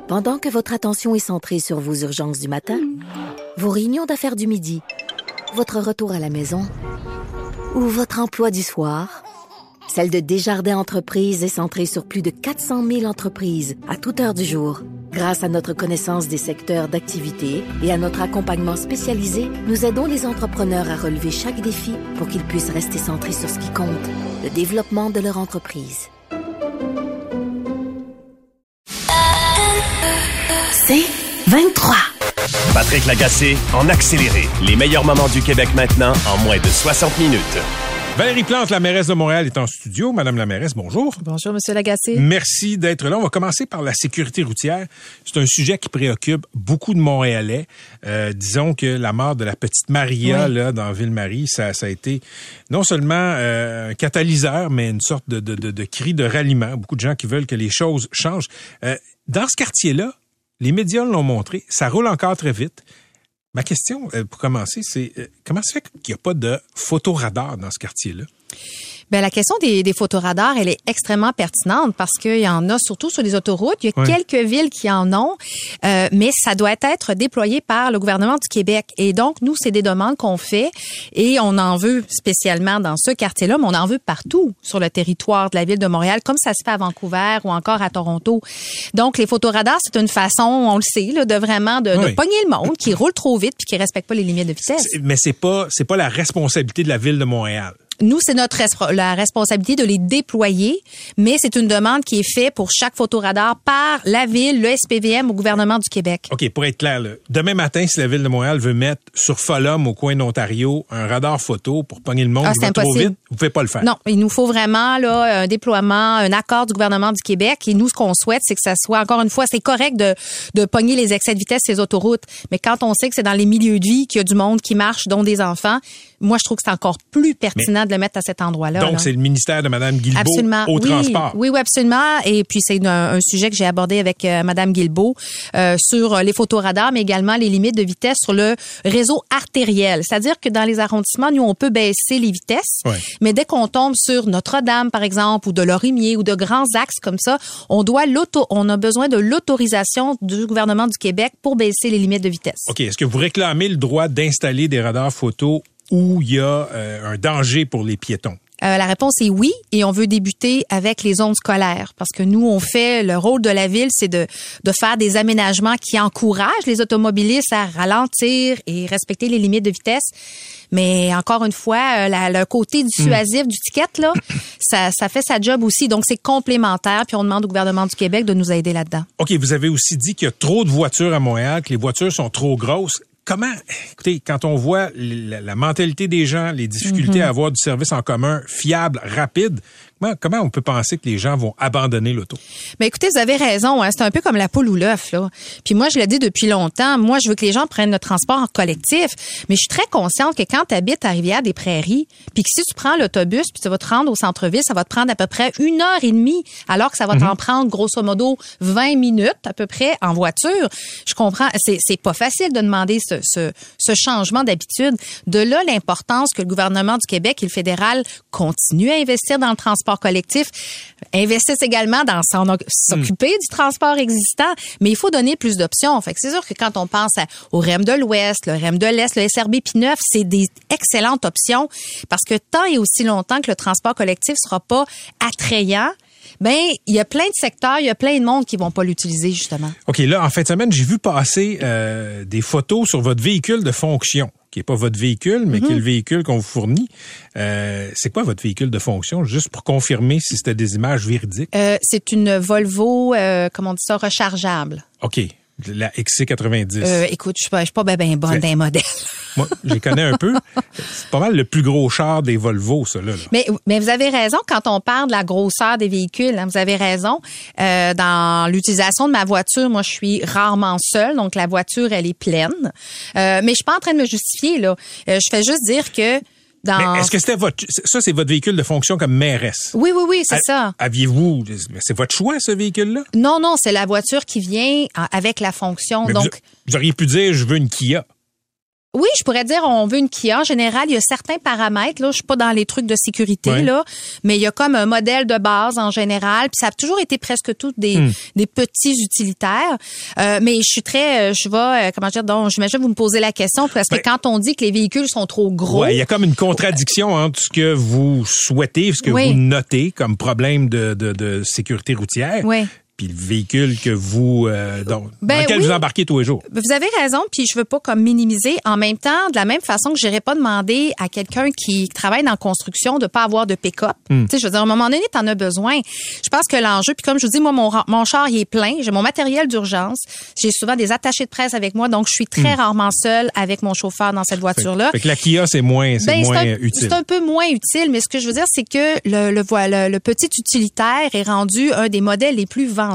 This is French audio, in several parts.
Pendant que votre attention est centrée sur vos urgences du matin, vos réunions d'affaires du midi, votre retour à la maison ou votre emploi du soir, celle de Desjardins Entreprises est centrée sur plus de 400 000 entreprises à toute heure du jour. Grâce à notre connaissance des secteurs d'activité et à notre accompagnement spécialisé, nous aidons les entrepreneurs à relever chaque défi pour qu'ils puissent rester centrés sur ce qui compte, le développement de leur entreprise. C'est 23. Patrick Lagacé en accéléré. Les meilleurs moments du Québec maintenant en moins de 60 minutes. Valérie Plante, la mairesse de Montréal, est en studio. Madame la mairesse, bonjour. Bonjour, Monsieur Lagacé. Merci d'être là. On va commencer par la sécurité routière. C'est un sujet qui préoccupe beaucoup de Montréalais. Disons que la mort de la petite Maria, là, dans Ville-Marie, ça a été non seulement un catalyseur, mais une sorte de cri de ralliement. Beaucoup de gens qui veulent que les choses changent. Dans ce quartier-là, les médias l'ont montré, ça roule encore très vite. Ma question, pour commencer, c'est comment ça fait qu'il n'y a pas de photoradar dans ce quartier-là? Bien, la question des photoradars, elle est extrêmement pertinente parce qu'il y en a surtout sur les autoroutes. Il y a quelques villes qui en ont, mais ça doit être déployé par le gouvernement du Québec. Et donc, nous, c'est des demandes qu'on fait et on en veut spécialement dans ce quartier-là, mais on en veut partout sur le territoire de la ville de Montréal, comme ça se fait à Vancouver ou encore à Toronto. Donc, les photoradars, c'est une façon, on le sait, là, de vraiment de pogner le monde qui roule trop vite puis qui respecte pas les limites de vitesse. Mais c'est pas la responsabilité de la ville de Montréal. Nous, c'est la responsabilité de les déployer, mais c'est une demande qui est faite pour chaque photoradar par la ville, le SPVM, au gouvernement du Québec. OK, pour être clair, là, demain matin, si la ville de Montréal veut mettre sur Fulham, au coin d'Ontario, un radar photo pour pogner le monde qui va trop vite, vous pouvez pas le faire. Non, il nous faut vraiment là un déploiement, un accord du gouvernement du Québec. Et nous, ce qu'on souhaite, c'est que ça soit, encore une fois, c'est correct de pogner les excès de vitesse sur les autoroutes, mais quand on sait que c'est dans les milieux de vie qu'il y a du monde qui marche, dont des enfants, moi, je trouve que c'est encore plus pertinent de le mettre à cet endroit-là. Donc, c'est le ministère de Mme Guilbeault au transport. Oui, absolument. Et puis, c'est un sujet que j'ai abordé avec Mme Guilbeault sur les photoradars, mais également les limites de vitesse sur le réseau artériel. C'est-à-dire que dans les arrondissements, nous, on peut baisser les vitesses, mais dès qu'on tombe sur Notre-Dame, par exemple, ou de Lorimier, ou de grands axes comme ça, on a besoin de l'autorisation du gouvernement du Québec pour baisser les limites de vitesse. OK. Est-ce que vous réclamez le droit d'installer des radars photos où il y a un danger pour les piétons? La réponse est oui, et on veut débuter avec les zones scolaires parce que nous, on fait le rôle de la ville, c'est de faire des aménagements qui encouragent les automobilistes à ralentir et respecter les limites de vitesse. Mais encore une fois, le côté dissuasif du ticket, là, ça fait sa job aussi. Donc, c'est complémentaire. Puis, on demande au gouvernement du Québec de nous aider là-dedans. OK. Vous avez aussi dit qu'il y a trop de voitures à Montréal, que les voitures sont trop grosses. Écoutez, quand on voit la mentalité des gens, les difficultés à avoir du service en commun fiable, rapide, comment on peut penser que les gens vont abandonner l'auto? Ben écoutez, vous avez raison. Hein, c'est un peu comme la poule ou l'œuf, là. Puis moi, je le dis depuis longtemps. Moi, je veux que les gens prennent le transport en collectif. Mais je suis très consciente que quand tu habites à Rivière-des-Prairies, puis que si tu prends l'autobus, puis tu vas te rendre au centre-ville, ça va te prendre à peu près 1h30, alors que ça va t'en prendre grosso modo 20 minutes à peu près en voiture. Je comprends. C'est pas facile de demander ce changement d'habitude. De là, l'importance que le gouvernement du Québec et le fédéral continuent à investir dans le transport collectif, investissent également dans s'occuper du transport existant, mais il faut donner plus d'options. Fait que c'est sûr que quand on pense au REM de l'Ouest, le REM de l'Est, le SRB P9, c'est des excellentes options parce que tant et aussi longtemps que le transport collectif sera pas attrayant, ben il y a plein de secteurs, il y a plein de monde qui vont pas l'utiliser justement. OK, là en fin de semaine, j'ai vu passer des photos sur votre véhicule de fonction, qui est pas votre véhicule, mais qui est le véhicule qu'on vous fournit. C'est quoi votre véhicule de fonction, juste pour confirmer si c'était des images véridiques? C'est une Volvo, comment on dit ça, rechargeable. OK. La XC90. Écoute, je suis pas bien bonne d'un modèle. Moi, j'y connais un peu. C'est pas mal le plus gros char des Volvo, ça, là. Mais vous avez raison quand on parle de la grosseur des véhicules. Hein, vous avez raison. Dans l'utilisation de ma voiture, moi, je suis rarement seule. Donc, la voiture, elle est pleine. Mais je suis pas en train de me justifier, là. Je fais juste dire que Mais est-ce que c'est votre véhicule de fonction comme mairesse? Oui, c'est ça. Aviez-vous, c'est votre choix, ce véhicule-là? Non, c'est la voiture qui vient avec la fonction. Mais donc, vous auriez pu dire, je veux une Kia. Oui, je pourrais dire, on veut une Kia. En général, il y a certains paramètres. Là, je suis pas dans les trucs de sécurité, là, mais il y a comme un modèle de base en général. Puis ça a toujours été presque tous des petits utilitaires. Mais donc, j'imagine que vous me posez la question parce que quand on dit que les véhicules sont trop gros. Ouais, il y a comme une contradiction entre ce que vous souhaitez, ce que vous notez comme problème de sécurité routière. Oui. Puis le véhicule que vous dans lequel vous embarquez tous les jours. Vous avez raison, puis je veux pas comme minimiser. En même temps, de la même façon que j'irais pas demander à quelqu'un qui travaille dans la construction de pas avoir de pick-up. Tu sais, je veux dire, à un moment donné, t'en as besoin. Je pense que l'enjeu, puis comme je vous dis, moi, mon char, il est plein. J'ai mon matériel d'urgence. J'ai souvent des attachés de presse avec moi, donc je suis très rarement seule avec mon chauffeur dans cette voiture-là. Fait que la Kia, c'est moins utile. C'est un peu moins utile, mais ce que je veux dire, c'est que le petit utilitaire est rendu un des modèles les plus vendus.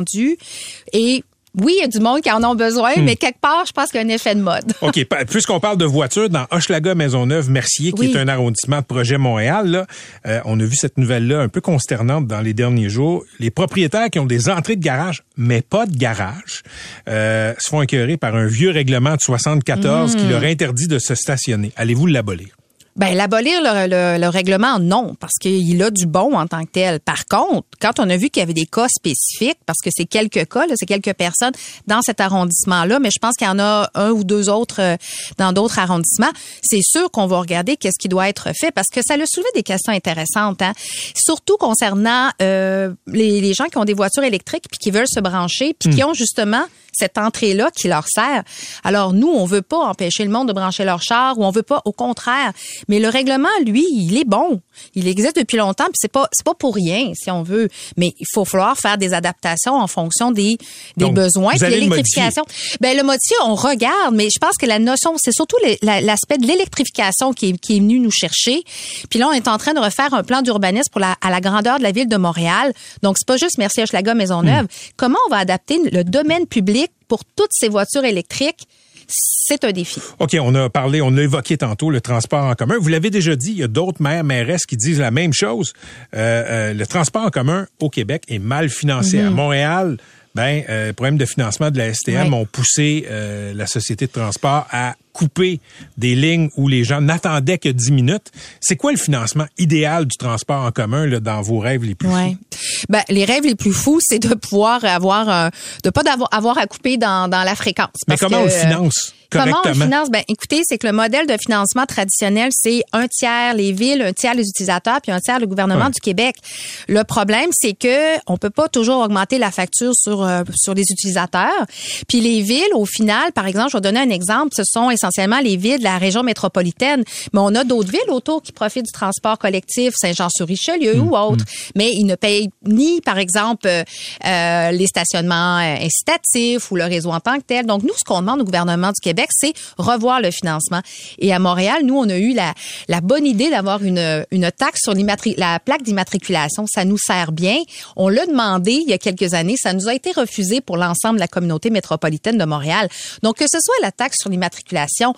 Et oui, il y a du monde qui en ont besoin, mais quelque part, je pense qu'il y a un effet de mode. OK. Puisqu'on parle de voitures, dans Hochelaga, Maisonneuve-Mercier, qui est un arrondissement de Projet Montréal, là, on a vu cette nouvelle-là un peu consternante dans les derniers jours. Les propriétaires qui ont des entrées de garage, mais pas de garage, se font écœurer par un vieux règlement de 74 qui leur interdit de se stationner. Allez-vous l'abolir? Ben, l'abolir le règlement, non, parce qu'il a du bon en tant que tel. Par contre, quand on a vu qu'il y avait des cas spécifiques, parce que c'est quelques cas, là, c'est quelques personnes dans cet arrondissement-là, mais je pense qu'il y en a un ou deux autres dans d'autres arrondissements, c'est sûr qu'on va regarder qu'est-ce qui doit être fait, parce que ça a soulevé des questions intéressantes, hein? Surtout concernant les gens qui ont des voitures électriques puis qui veulent se brancher puis qui ont justement cette entrée-là qui leur sert. Alors, nous, on veut pas empêcher le monde de brancher leur char ou on veut pas, au contraire. Mais le règlement, lui, il est bon. Il existe depuis longtemps puis c'est pas pour rien, si on veut. Mais il faut falloir faire des adaptations en fonction des besoins. Puis l'électrification. Le modifier, on regarde, mais je pense que la notion, c'est surtout l'aspect de l'électrification qui est venu nous chercher. Puis là, on est en train de refaire un plan d'urbanisme à la grandeur de la ville de Montréal. Donc, c'est pas juste Mercier, Hochelaga, Maisonneuve. Comment on va adapter le domaine public pour toutes ces voitures électriques? C'est un défi. OK, on a évoqué tantôt le transport en commun. Vous l'avez déjà dit, il y a d'autres maires, mairesses qui disent la même chose. Le transport en commun au Québec est mal financé. À Montréal, problème de financement de la STM ont poussé la société de transport à couper des lignes où les gens n'attendaient que 10 minutes. C'est quoi le financement idéal du transport en commun là, dans vos rêves les plus fous? Les rêves les plus fous, c'est de pouvoir avoir à couper dans la fréquence. Mais comment on le finance? Comment on le finance? Écoutez, c'est que le modèle de financement traditionnel, c'est un tiers les villes, un tiers les utilisateurs, puis un tiers le gouvernement du Québec. Le problème, c'est que on peut pas toujours augmenter la facture sur les utilisateurs. Puis les villes, au final, par exemple, je vais donner un exemple, ce sont essentiellement les villes de la région métropolitaine. Mais on a d'autres villes autour qui profitent du transport collectif, Saint-Jean-sur-Richelieu ou autres. Mais ils ne payent ni, par exemple, les stationnements incitatifs ou le réseau en tant que tel. Donc, nous, ce qu'on demande au gouvernement du Québec, c'est revoir le financement. Et à Montréal, nous, on a eu la bonne idée d'avoir une taxe sur la plaque d'immatriculation. Ça nous sert bien. On l'a demandé il y a quelques années. Ça nous a été refusé pour l'ensemble de la communauté métropolitaine de Montréal. Donc, que ce soit la taxe sur l'immatriculation,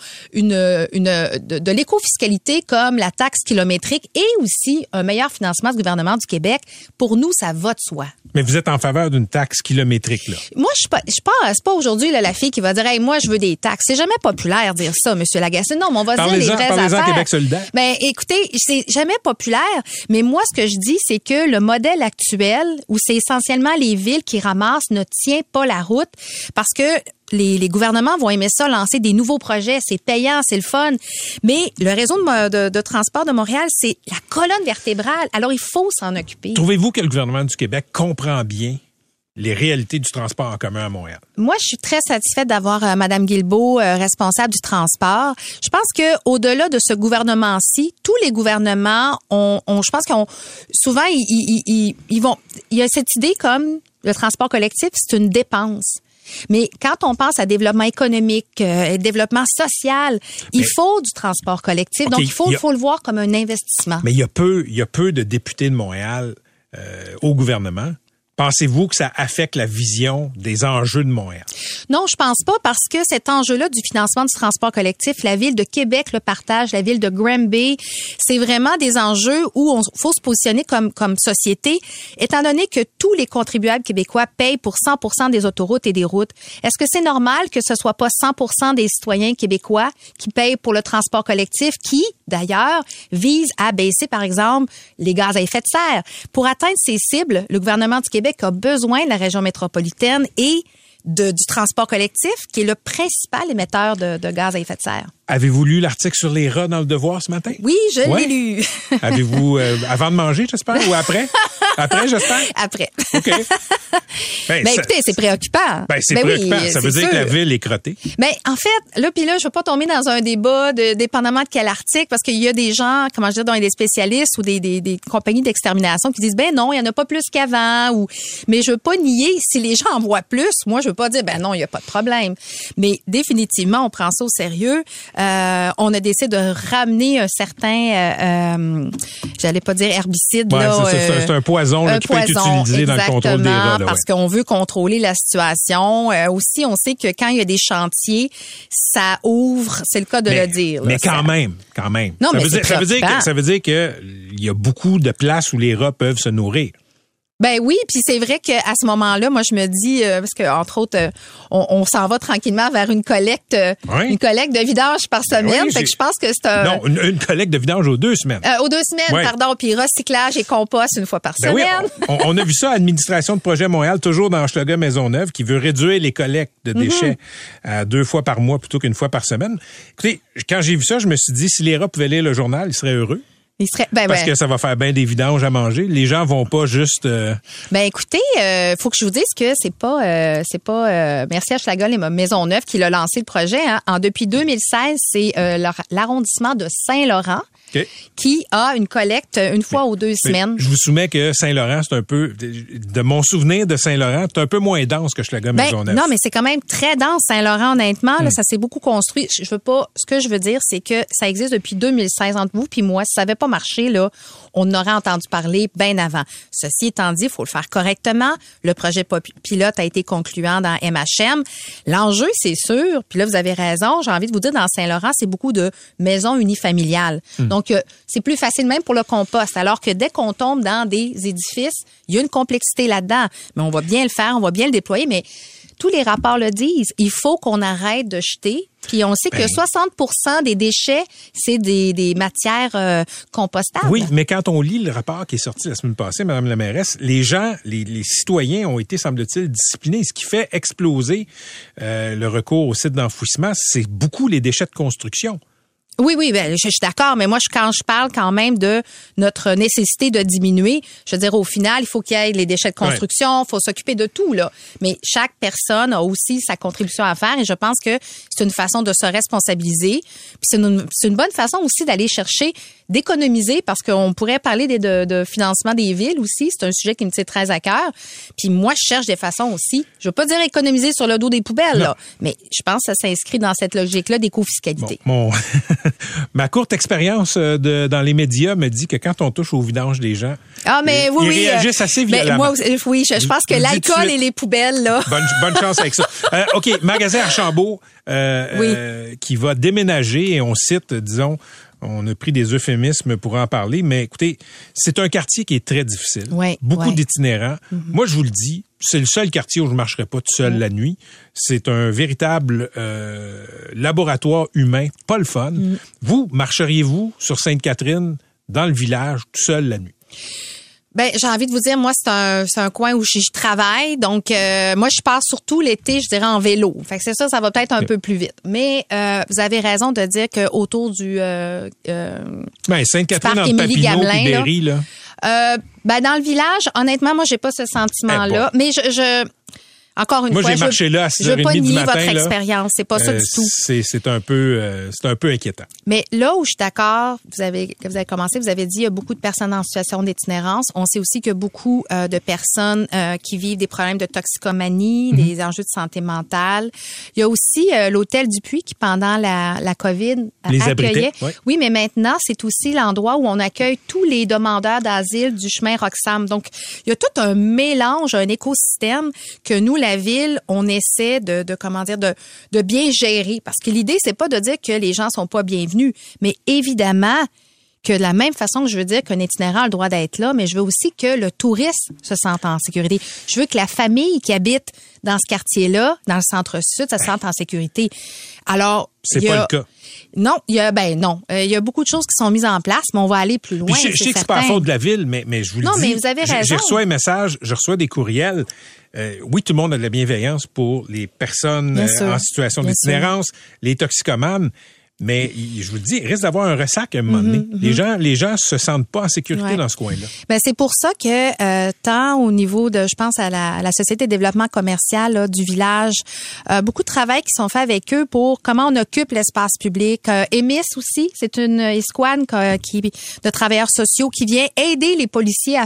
de l'écofiscalité comme la taxe kilométrique et aussi un meilleur financement du gouvernement du Québec, pour nous, ça va de soi. Mais vous êtes en faveur d'une taxe kilométrique, là? Moi, je suis pas aujourd'hui la fille qui va dire, hey, moi, je veux des taxes. C'est jamais populaire dire ça, Monsieur Lagacé. Non, mais on va dire les vraies affaires. Parlez-en Québec solidaire. Écoutez, c'est jamais populaire, mais moi, ce que je dis, c'est que le modèle actuel, où c'est essentiellement les villes qui ramassent, ne tient pas la route parce que les gouvernements vont aimer ça, lancer des nouveaux projets. C'est payant, c'est le fun. Mais le réseau de transport de Montréal, c'est la colonne vertébrale. Alors, il faut s'en occuper. Trouvez-vous que le gouvernement du Québec comprend bien les réalités du transport en commun à Montréal? Moi, je suis très satisfaite d'avoir Madame Guilbeault responsable du transport. Je pense que au-delà de ce gouvernement-ci, tous les gouvernements je pense qu'ils ont souvent il y a cette idée comme le transport collectif, c'est une dépense. Mais quand on pense à développement économique, développement social, il faut du transport collectif. Okay, donc, il faut le voir comme un investissement. Mais il y a peu de députés de Montréal au gouvernement. Pensez-vous que ça affecte la vision des enjeux de Montréal? Non, je pense pas parce que cet enjeu-là du financement du transport collectif, la Ville de Québec le partage, la Ville de Granby, c'est vraiment des enjeux où il faut se positionner comme société, étant donné que tous les contribuables québécois payent pour 100% des autoroutes et des routes. Est-ce que c'est normal que ce soit pas 100% des citoyens québécois qui payent pour le transport collectif, qui, d'ailleurs, vise à baisser, par exemple, les gaz à effet de serre? Pour atteindre ces cibles, le gouvernement du Québec a besoin de la région métropolitaine et du transport collectif, qui est le principal émetteur de gaz à effet de serre. Avez-vous lu l'article sur les rats dans Le Devoir ce matin? Oui, je l'ai lu. Avez-vous, avant de manger, j'espère, ou après? Après, j'espère? Après. OK. Écoutez, c'est préoccupant. C'est préoccupant. Ça veut dire que la ville est crottée. En fait, là, je veux pas tomber dans un débat dépendamment de quel article, parce qu'il y a des gens, comment je dis, dont des spécialistes ou des compagnies d'extermination qui disent, non, il y en a pas plus qu'avant, mais je veux pas nier, si les gens en voient plus, moi, je veux pas dire, non, il y a pas de problème. Mais définitivement, on prend ça au sérieux. On a décidé de ramener un certain, j'allais pas dire herbicide, là. C'est un poison qui peut être utilisé dans le contrôle des rats. Parce qu'on veut contrôler la situation. Aussi, on sait que quand il y a des chantiers, ça ouvre, c'est le cas de le dire. Mais quand même. Non, Ça veut dire que il y a beaucoup de places où les rats peuvent se nourrir. Ben oui, puis c'est vrai qu'à ce moment-là, moi je me dis parce que entre autres on s'en va tranquillement vers une collecte de vidange par semaine, fait que je pense que c'est Non, une collecte de vidange aux 2 semaines. Aux 2 semaines, pardon, puis recyclage et compost une fois par semaine. Oui, on a vu ça à l'administration de Projet Montréal, toujours dans Hochelaga Maisonneuve, qui veut réduire les collectes de déchets à 2 fois par mois plutôt qu'une fois par semaine. Écoutez, quand j'ai vu ça, je me suis dit, si les rats pouvaient lire le journal, ils seraient heureux. Parce que ça va faire bien des vidanges à manger. Les gens vont pas juste... écoutez, faut que je vous dise que c'est pas Merci à Hochelaga et Maisonneuve qui l'a lancé le projet. Hein. Depuis 2016, c'est l'arrondissement de Saint-Laurent qui a une collecte une fois aux 2 semaines. Je vous soumets que Saint-Laurent, c'est un peu... De mon souvenir de Saint-Laurent, c'est un peu moins dense que Hochelaga Maisonneuve. Non, mais c'est quand même très dense, Saint-Laurent, honnêtement. Là, ça s'est beaucoup construit. Ce que je veux dire, c'est que ça existe depuis 2016 entre vous puis moi. Si ça n'avait pas marché, là, on aurait entendu parler bien avant. Ceci étant dit, il faut le faire correctement. Le projet pilote a été concluant dans MHM. L'enjeu, c'est sûr, puis là, vous avez raison, j'ai envie de vous dire, dans Saint-Laurent, c'est beaucoup de maisons unifamiliales. Donc, c'est plus facile même pour le compost. Alors que dès qu'on tombe dans des édifices, il y a une complexité là-dedans. Mais on va bien le faire, on va bien le déployer, mais tous les rapports le disent. Il faut qu'on arrête de jeter. Puis on sait que 60% des déchets, c'est des matières compostables. Oui, mais quand on lit le rapport qui est sorti la semaine passée, Mme la mairesse, les gens, les citoyens ont été, semble-t-il, disciplinés. Ce qui fait exploser le recours au site d'enfouissement, c'est beaucoup les déchets de construction. Oui, je suis d'accord, mais moi, quand je parle quand même de notre nécessité de diminuer, je veux dire, au final, il faut qu'il y ait les déchets de construction, il faut s'occuper de tout, là. Mais chaque personne a aussi sa contribution à faire et je pense que c'est une façon de se responsabiliser. Puis c'est une bonne façon aussi d'aller chercher, d'économiser, parce qu'on pourrait parler de financement des villes aussi. C'est un sujet qui me tient très à cœur. Puis moi, je cherche des façons aussi. Je veux pas dire économiser sur le dos des poubelles, là. Mais je pense que ça s'inscrit dans cette logique-là d'éco-fiscalité. Ma courte expérience dans les médias me dit que quand on touche au vidange des gens, ils réagissent assez violemment. Je pense que l'alcool et les poubelles, là. Bonne chance avec ça. OK, magasin Archambault qui va déménager et on cite, disons, on a pris des euphémismes pour en parler, mais écoutez, c'est un quartier qui est très difficile. Beaucoup d'itinérants. Moi, je vous le dis, c'est le seul quartier où je ne marcherai pas tout seul la nuit. C'est un véritable laboratoire humain, pas le fun. Vous, marcheriez-vous sur Sainte-Catherine, dans le village, tout seul la nuit? J'ai envie de vous dire, moi, c'est un coin où je travaille. Donc, moi, je pars surtout l'été, je dirais, en vélo. Fait que c'est ça va peut-être un peu plus vite. Mais vous avez raison de dire qu'autour du Sainte-Catherine, entre Papineau et Berry, là. Dans le village, honnêtement, moi, j'ai pas ce sentiment-là. Mais Encore une Moi, fois, j'ai marché là à 6h30 je veux pas du nier matin, votre là. expérience. C'est pas ça du tout. C'est un peu inquiétant. Mais là où je suis d'accord, vous avez commencé, vous avez dit il y a beaucoup de personnes en situation d'itinérance. On sait aussi qu'il y a beaucoup de personnes qui vivent des problèmes de toxicomanie, des enjeux de santé mentale. Il y a aussi l'hôtel Dupuis qui, pendant la COVID, les accueillait. abritait, ouais. Oui, mais maintenant, c'est aussi l'endroit où on accueille tous les demandeurs d'asile du chemin Roxham. Donc, il y a tout un mélange, un écosystème que nous, la ville, on essaie de bien gérer. Parce que l'idée, c'est pas de dire que les gens sont pas bienvenus, mais évidemment que de la même façon que je veux dire qu'un itinérant a le droit d'être là, mais je veux aussi que le touriste se sente en sécurité. Je veux que la famille qui habite dans ce quartier-là, dans le centre-sud, se sente en sécurité. Alors, c'est pas le cas. Non, il y a beaucoup de choses qui sont mises en place, mais on va aller plus loin. Puis je sais que c'est pas la faute de la ville, mais je vous le dis. Non, mais vous avez raison. Je reçois un message, je reçois des courriels. Oui, tout le monde a de la bienveillance pour les personnes en situation d'itinérance, les toxicomanes. Mais je vous le dis, il risque d'avoir un ressac à un moment donné. Les gens se sentent pas en sécurité dans ce coin-là. Ben c'est pour ça que tant au niveau de, je pense à la Société de développement commercial là, du village, beaucoup de travail qui sont faits avec eux pour comment on occupe l'espace public. EMIS aussi, c'est une escouade de travailleurs sociaux qui vient aider les policiers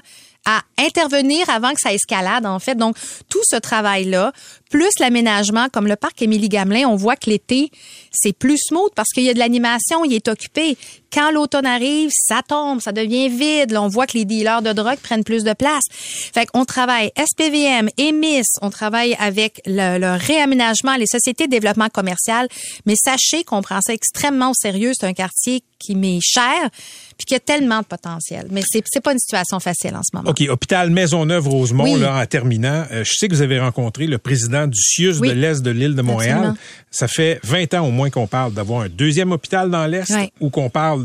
à intervenir avant que ça escalade, en fait. Donc, tout ce travail-là, plus l'aménagement, comme le parc Émilie-Gamelin, on voit que l'été, c'est plus smooth parce qu'il y a de l'animation, il est occupé. Quand l'automne arrive, ça tombe, ça devient vide. Là, on voit que les dealers de drogue prennent plus de place. Fait qu'on travaille SPVM, EMIS, on travaille avec le réaménagement, les sociétés de développement commercial. Mais sachez qu'on prend ça extrêmement au sérieux. C'est un quartier qui m'est cher puis qui a tellement de potentiel. Mais c'est pas une situation facile en ce moment. OK. Hôpital Maisonneuve-Rosemont, là, en terminant. Je sais que vous avez rencontré le président du CIUS de l'Est de l'île de Montréal. Absolument. Ça fait 20 ans au moins qu'on parle d'avoir un deuxième hôpital dans l'Est ou qu'on parle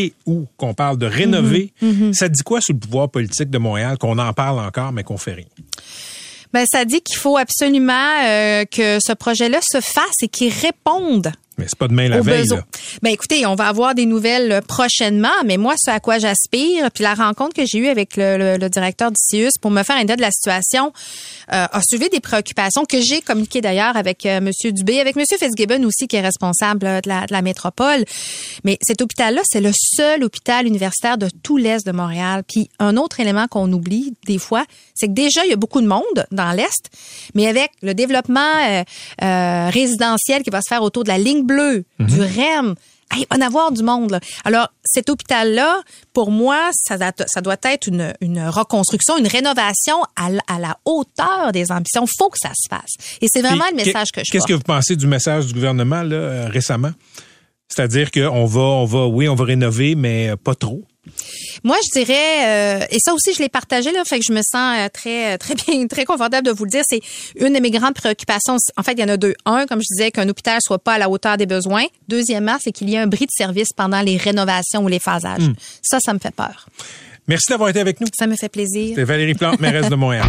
de rénover. Ça dit quoi sur le pouvoir politique de Montréal qu'on en parle encore, mais qu'on fait rien? Ben, ça dit qu'il faut absolument que ce projet-là se fasse et qu'il réponde. Mais c'est pas demain la veille, là. Ben écoutez, on va avoir des nouvelles prochainement, mais moi, ce à quoi j'aspire, puis la rencontre que j'ai eue avec le directeur du CIUS pour me faire un état de la situation a soulevé des préoccupations que j'ai communiquées d'ailleurs avec M. Dubé, avec M. Fitzgibbon aussi, qui est responsable de la métropole. Mais cet hôpital-là, c'est le seul hôpital universitaire de tout l'Est de Montréal. Puis un autre élément qu'on oublie des fois, c'est que déjà, il y a beaucoup de monde dans l'Est, mais avec le développement résidentiel qui va se faire autour de la ligne bleue, du REM, il va en avoir du monde, là. Alors, cet hôpital-là, pour moi, ça doit être une reconstruction, une rénovation à la hauteur des ambitions. Il faut que ça se fasse. Et c'est vraiment le message que je porte. Qu'est-ce que vous pensez du message du gouvernement là, récemment? C'est-à-dire qu'on va rénover, mais pas trop. Moi, je dirais, et ça aussi, je l'ai partagé, là, fait que je me sens très, très bien, très confortable de vous le dire. C'est une de mes grandes préoccupations. En fait, il y en a deux. Un, comme je disais, qu'un hôpital soit pas à la hauteur des besoins. Deuxièmement, c'est qu'il y ait un bris de service pendant les rénovations ou les phasages. Ça me fait peur. Merci d'avoir été avec nous. Ça me fait plaisir. C'est Valérie Plante, mairesse de Montréal.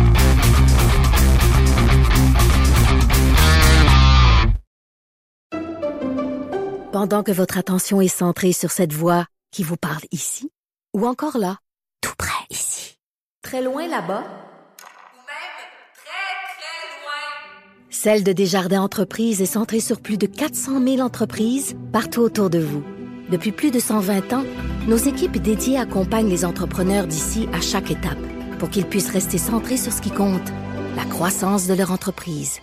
Pendant que votre attention est centrée sur cette voix qui vous parle ici, ou encore là, tout près ici, très loin là-bas, ou même très, très loin. Celle de Desjardins Entreprises est centrée sur plus de 400 000 entreprises partout autour de vous. Depuis plus de 120 ans, nos équipes dédiées accompagnent les entrepreneurs d'ici à chaque étape pour qu'ils puissent rester centrés sur ce qui compte, la croissance de leur entreprise.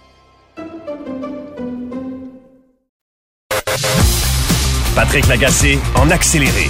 Patrick Lagacé en accéléré.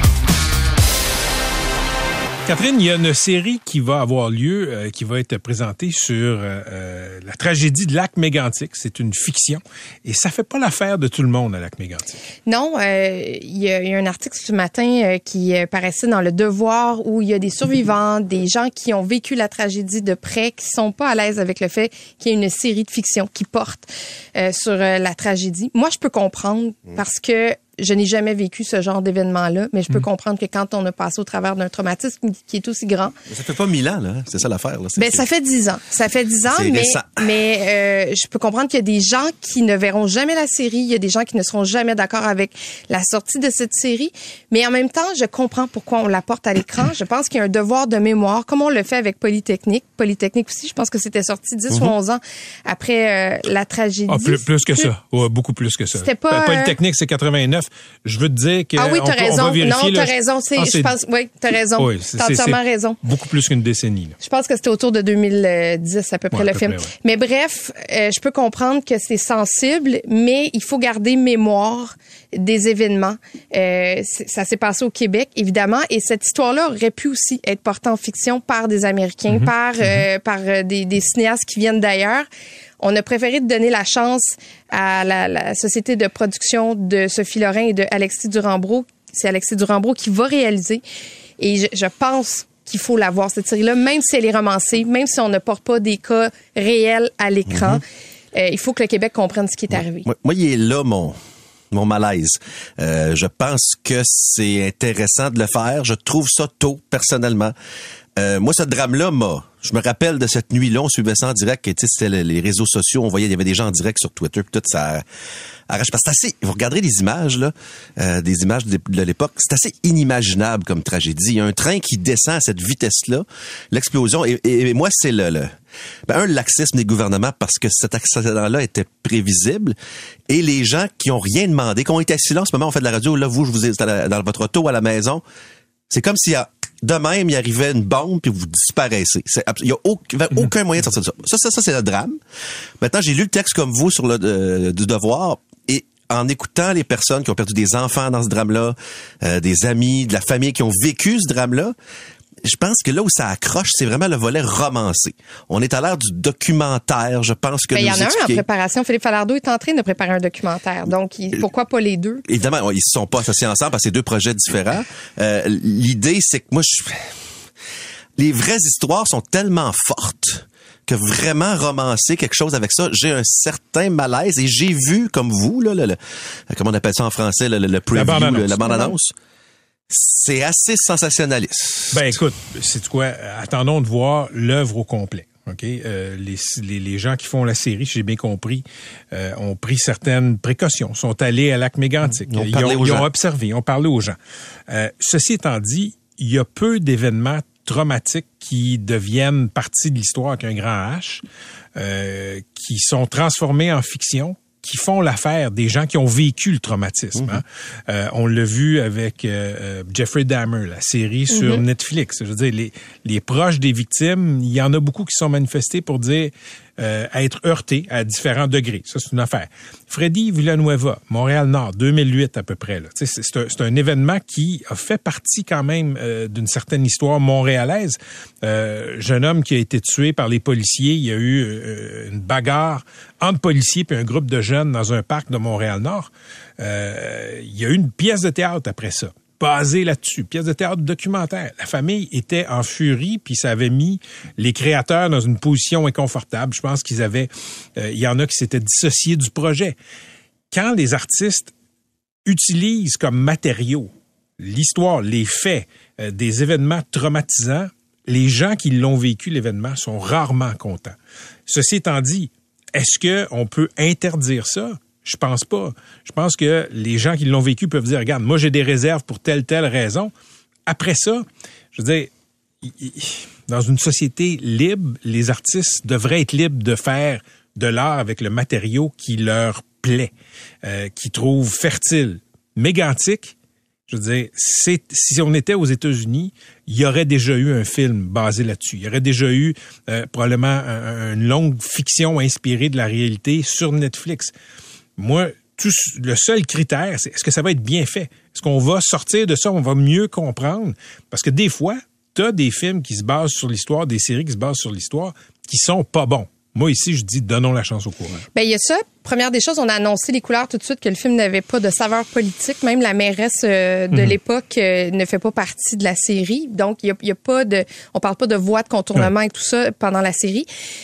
Catherine, il y a une série qui va avoir lieu, qui va être présentée sur la tragédie de Lac-Mégantic. C'est une fiction et ça fait pas l'affaire de tout le monde à Lac-Mégantic. Non, il y a un article ce matin qui paraissait dans Le Devoir où il y a des survivants, des gens qui ont vécu la tragédie de près, qui sont pas à l'aise avec le fait qu'il y ait une série de fiction qui porte sur la tragédie. Moi, je peux comprendre parce que je n'ai jamais vécu ce genre d'événement-là, mais je peux comprendre que quand on a passé au travers d'un traumatisme qui est aussi grand... Ça fait pas 1000 ans, là. C'est ça l'affaire, là. Ça fait 10 ans. Ça fait 10 ans, mais je peux comprendre qu'il y a des gens qui ne verront jamais la série. Il y a des gens qui ne seront jamais d'accord avec la sortie de cette série. Mais en même temps, je comprends pourquoi on la porte à l'écran. Je pense qu'il y a un devoir de mémoire, comme on le fait avec Polytechnique. Polytechnique aussi, je pense que c'était sorti 10 ou 11 ans après la tragédie. Ah, plus que ça. Ouais, beaucoup plus que ça. C'était pas... Polytechnique, c'est 89. Je veux te dire que... Ah oui, t'as raison. On va vérifier, non, t'as raison. Je pense, oui, t'as raison. Oui, t'as entièrement raison. Beaucoup plus qu'une décennie. Là. Je pense que c'était autour de 2010 à peu près le film. Près, ouais. Mais bref, je peux comprendre que c'est sensible, mais il faut garder mémoire des événements. Ça s'est passé au Québec, évidemment, et cette histoire-là aurait pu aussi être portée en fiction par des Américains, par des cinéastes qui viennent d'ailleurs. On a préféré donner la chance à la société de production de Sophie Lorrain et de Alexis Durand-Brault. C'est Alexis Durand-Brault qui va réaliser. Et je pense qu'il faut la voir, cette série-là, même si elle est romancée, même si on ne porte pas des cas réels à l'écran. Il faut que le Québec comprenne ce qui est arrivé. Moi, il est là, mon malaise. Je pense que c'est intéressant de le faire. Je trouve ça tôt, personnellement. Moi, ce drame-là je me rappelle de cette nuit-là, on suivait ça en direct, et c'était les réseaux sociaux, on voyait, il y avait des gens en direct sur Twitter, puis tout ça arrache. Parce que c'est assez, vous regarderez les images, là, des images de l'époque, c'est assez inimaginable comme tragédie. Il y a un train qui descend à cette vitesse-là, l'explosion, et moi, c'est le laxisme des gouvernements, parce que cet accident-là était prévisible, et les gens qui ont rien demandé, qui ont été assis là, en ce moment, on fait de la radio, là, vous, je vous ai dans votre auto à la maison, c'est comme s'il y a de même, il arrivait une bombe puis vous disparaissez. Il y a aucun moyen de sortir de ça. Ça, c'est le drame. Maintenant, j'ai lu le texte comme vous sur le du Devoir et en écoutant les personnes qui ont perdu des enfants dans ce drame-là, des amis, de la famille qui ont vécu ce drame-là, je pense que là où ça accroche, c'est vraiment le volet romancé. On est à l'ère du documentaire, je pense que il y en a un en préparation. Philippe Falardeau est en train de préparer un documentaire. Donc, pourquoi pas les deux? Évidemment, ils se sont pas associés ensemble parce que c'est deux projets différents. L'idée, c'est que moi, les vraies histoires sont tellement fortes que vraiment romancer quelque chose avec ça, j'ai un certain malaise et j'ai vu, comme vous, là, comment on appelle ça en français, le preview, la bande-annonce. C'est assez sensationnaliste. Ben écoute, c'est quoi? Attendons de voir l'œuvre au complet. OK? Les gens qui font la série, si j'ai bien compris, ont pris certaines précautions, sont allés à Lac-Mégantic. Ils ont observé, ont parlé aux gens. Ceci étant dit, il y a peu d'événements traumatiques qui deviennent partie de l'histoire avec un grand H, qui sont transformés en fiction, qui font l'affaire des gens qui ont vécu le traumatisme. Hein? On l'a vu avec Jeffrey Dahmer, la série sur Netflix. Je veux dire, les proches des victimes, il y en a beaucoup qui sont manifestés pour dire être heurtés à différents degrés. Ça, c'est une affaire. Freddy Villanueva, Montréal-Nord, 2008 à peu près. Là. C'est un événement qui a fait partie quand même d'une certaine histoire montréalaise. Jeune homme qui a été tué par les policiers. Il y a eu une bagarre entre policiers puis un groupe de jeunes dans un parc de Montréal-Nord. Il y a eu une pièce de théâtre après ça, basée là-dessus, pièce de théâtre documentaire. La famille était en furie, puis ça avait mis les créateurs dans une position inconfortable. Je pense qu'ils avaient... il y en a qui s'étaient dissociés du projet. Quand les artistes utilisent comme matériaux l'histoire, les faits, des événements traumatisants, les gens qui l'ont vécu, l'événement, sont rarement contents. Ceci étant dit, est-ce qu'on peut interdire ça? Je pense pas. Je pense que les gens qui l'ont vécu peuvent dire, regarde, moi j'ai des réserves pour telle raison. Après ça, je veux dire, dans une société libre, les artistes devraient être libres de faire de l'art avec le matériau qui leur plaît, qui trouvent fertile. Mégantic, je veux dire, si on était aux États-Unis, il y aurait déjà eu un film basé là-dessus. Il y aurait déjà eu probablement une longue fiction inspirée de la réalité sur Netflix. Moi, le seul critère, c'est est-ce que ça va être bien fait? Est-ce qu'on va sortir de ça, on va mieux comprendre? Parce que des fois, tu as des films qui se basent sur l'histoire, des séries qui se basent sur l'histoire, qui sont pas bons. Moi, ici, je dis, donnons la chance au courant. Ben, il y a ça. première des choses, on a annoncé les couleurs tout de suite que le film n'avait pas de saveur politique. Même la mairesse de l'époque ne fait pas partie de la série. Donc, il y a pas de, on parle pas de voie de contournement et tout ça pendant la série.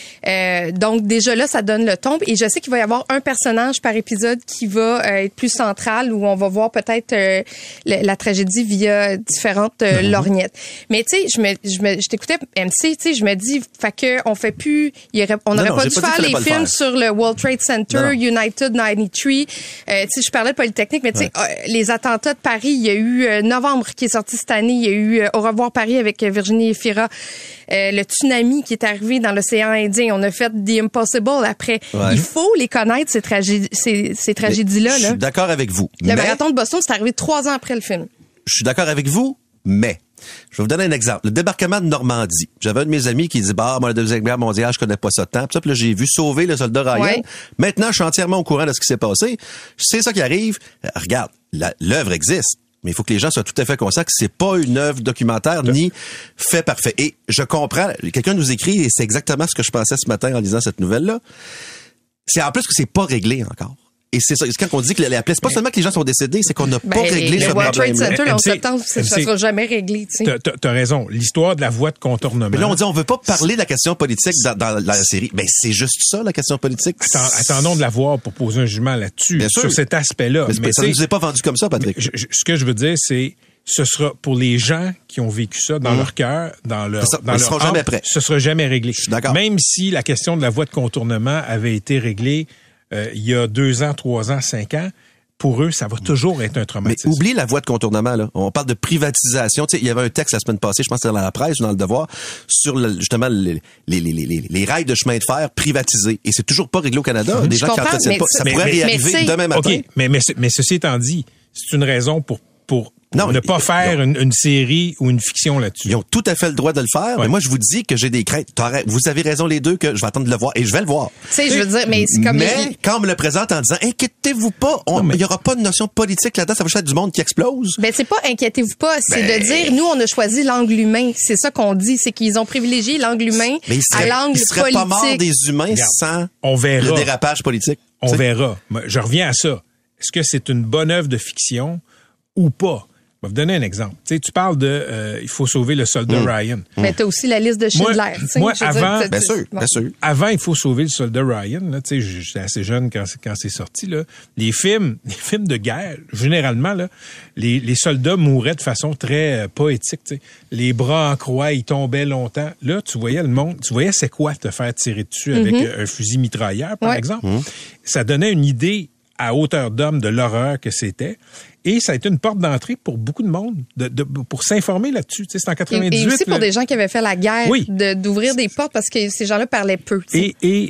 Donc, déjà là, ça donne le ton. Et je sais qu'il va y avoir un personnage par épisode qui va être plus central, où on va voir peut-être la tragédie via différentes lorgnettes. Mais tu sais, je t'écoutais MC, tu sais, je me dis, fait que on fait plus, on n'aurait pas dû faire les films sur le World Trade Center, United 93. Tu sais, je parlais de Polytechnique, mais tu sais, les attentats de Paris, il y a eu Novembre qui est sorti cette année, il y a eu Au revoir Paris avec Virginie Efira, le tsunami qui est arrivé dans l'océan Indien, on a fait The Impossible après. Ouais. Il faut les connaître, ces tragédies-là. Je suis d'accord avec vous. Le marathon de Boston, c'est arrivé 3 ans après le film. Je suis d'accord avec vous, mais je vais vous donner un exemple. Le débarquement de Normandie. J'avais un de mes amis qui dit, moi, la Deuxième Guerre mondiale, je connais pas ça de temps. Puis là, j'ai vu Sauver le soldat Ryan. Ouais. Maintenant, je suis entièrement au courant de ce qui s'est passé. C'est ça qui arrive. Regarde, l'œuvre existe. Mais il faut que les gens soient tout à fait conscients que c'est pas une œuvre documentaire ni fait parfait. Et je comprends. Quelqu'un nous écrit, et c'est exactement ce que je pensais ce matin en lisant cette nouvelle-là. C'est en plus que c'est pas réglé encore. Et c'est ça. C'est quand on dit que c'est pas seulement que les gens sont décédés, c'est qu'on n'a pas réglé ce problème. Le World Trade Center, on s'attend, ça sera jamais réglé. T'as raison. L'histoire de la voie de contournement. Mais là, on dit, on veut pas parler de la question politique dans la série. Ben, c'est juste ça, la question politique. Attendons de la voir pour poser un jugement là-dessus, sur cet aspect-là. Mais ça ne nous est pas vendu comme ça, Patrick. Ce que je veux dire, c'est, ce sera pour les gens qui ont vécu ça dans leur cœur, dans leur jamais prêt. Ce sera jamais réglé. Je suis d'accord. Même si la question de la voie de contournement avait été réglée il y a 2 ans, 3 ans, 5 ans, pour eux, ça va toujours être un traumatisme. Mais oublie la voie de contournement, là. On parle de privatisation. Tu sais, il y avait un texte la semaine passée, je pense que c'était dans la presse ou dans le Devoir, sur justement les rails de chemin de fer privatisés. Et c'est toujours pas réglé au Canada. Des gens qui entretiennent pas. Ça pourrait réarriver demain matin. OK, mais ceci étant dit, c'est une raison pour ne pas faire une série ou une fiction là-dessus. Ils ont tout à fait le droit de le faire, mais moi, je vous dis que j'ai des craintes. Vous avez raison les deux que je vais attendre de le voir et je vais le voir. Tu sais, je veux dire, mais c'est comme... Mais quand on me le présente en disant, inquiétez-vous pas, il y aura pas de notion politique là-dedans, ça va juste être du monde qui explose. Ben, c'est pas inquiétez-vous pas, c'est de dire, nous, on a choisi l'angle humain. C'est ça qu'on dit, c'est qu'ils ont privilégié l'angle humain à l'angle politique. Il serait pas mort des humains sans le dérapage politique. On verra. Je reviens à ça. Est-ce que c'est une bonne œuvre de fiction ou pas? Je vais vous donner un exemple. Tu sais, tu parles de il faut sauver le soldat Ryan. Mais tu as aussi la liste de Schindler. Moi avant, bien sûr. Avant, il faut sauver le soldat Ryan. Là, tu sais, j'étais assez jeune quand c'est sorti. Là. Les films de guerre, généralement, là, les soldats mouraient de façon très poétique. Tu sais. Les bras en croix, ils tombaient longtemps. Là, tu voyais le monde. Tu voyais c'est quoi te faire tirer dessus avec un fusil mitrailleur, par exemple. Ça donnait une idée à hauteur d'homme de l'horreur que c'était. Et ça a été une porte d'entrée pour beaucoup de monde pour s'informer là-dessus. Tu sais, c'est en 98. Et aussi pour des gens qui avaient fait la guerre, d'ouvrir des portes parce que ces gens-là parlaient peu. Et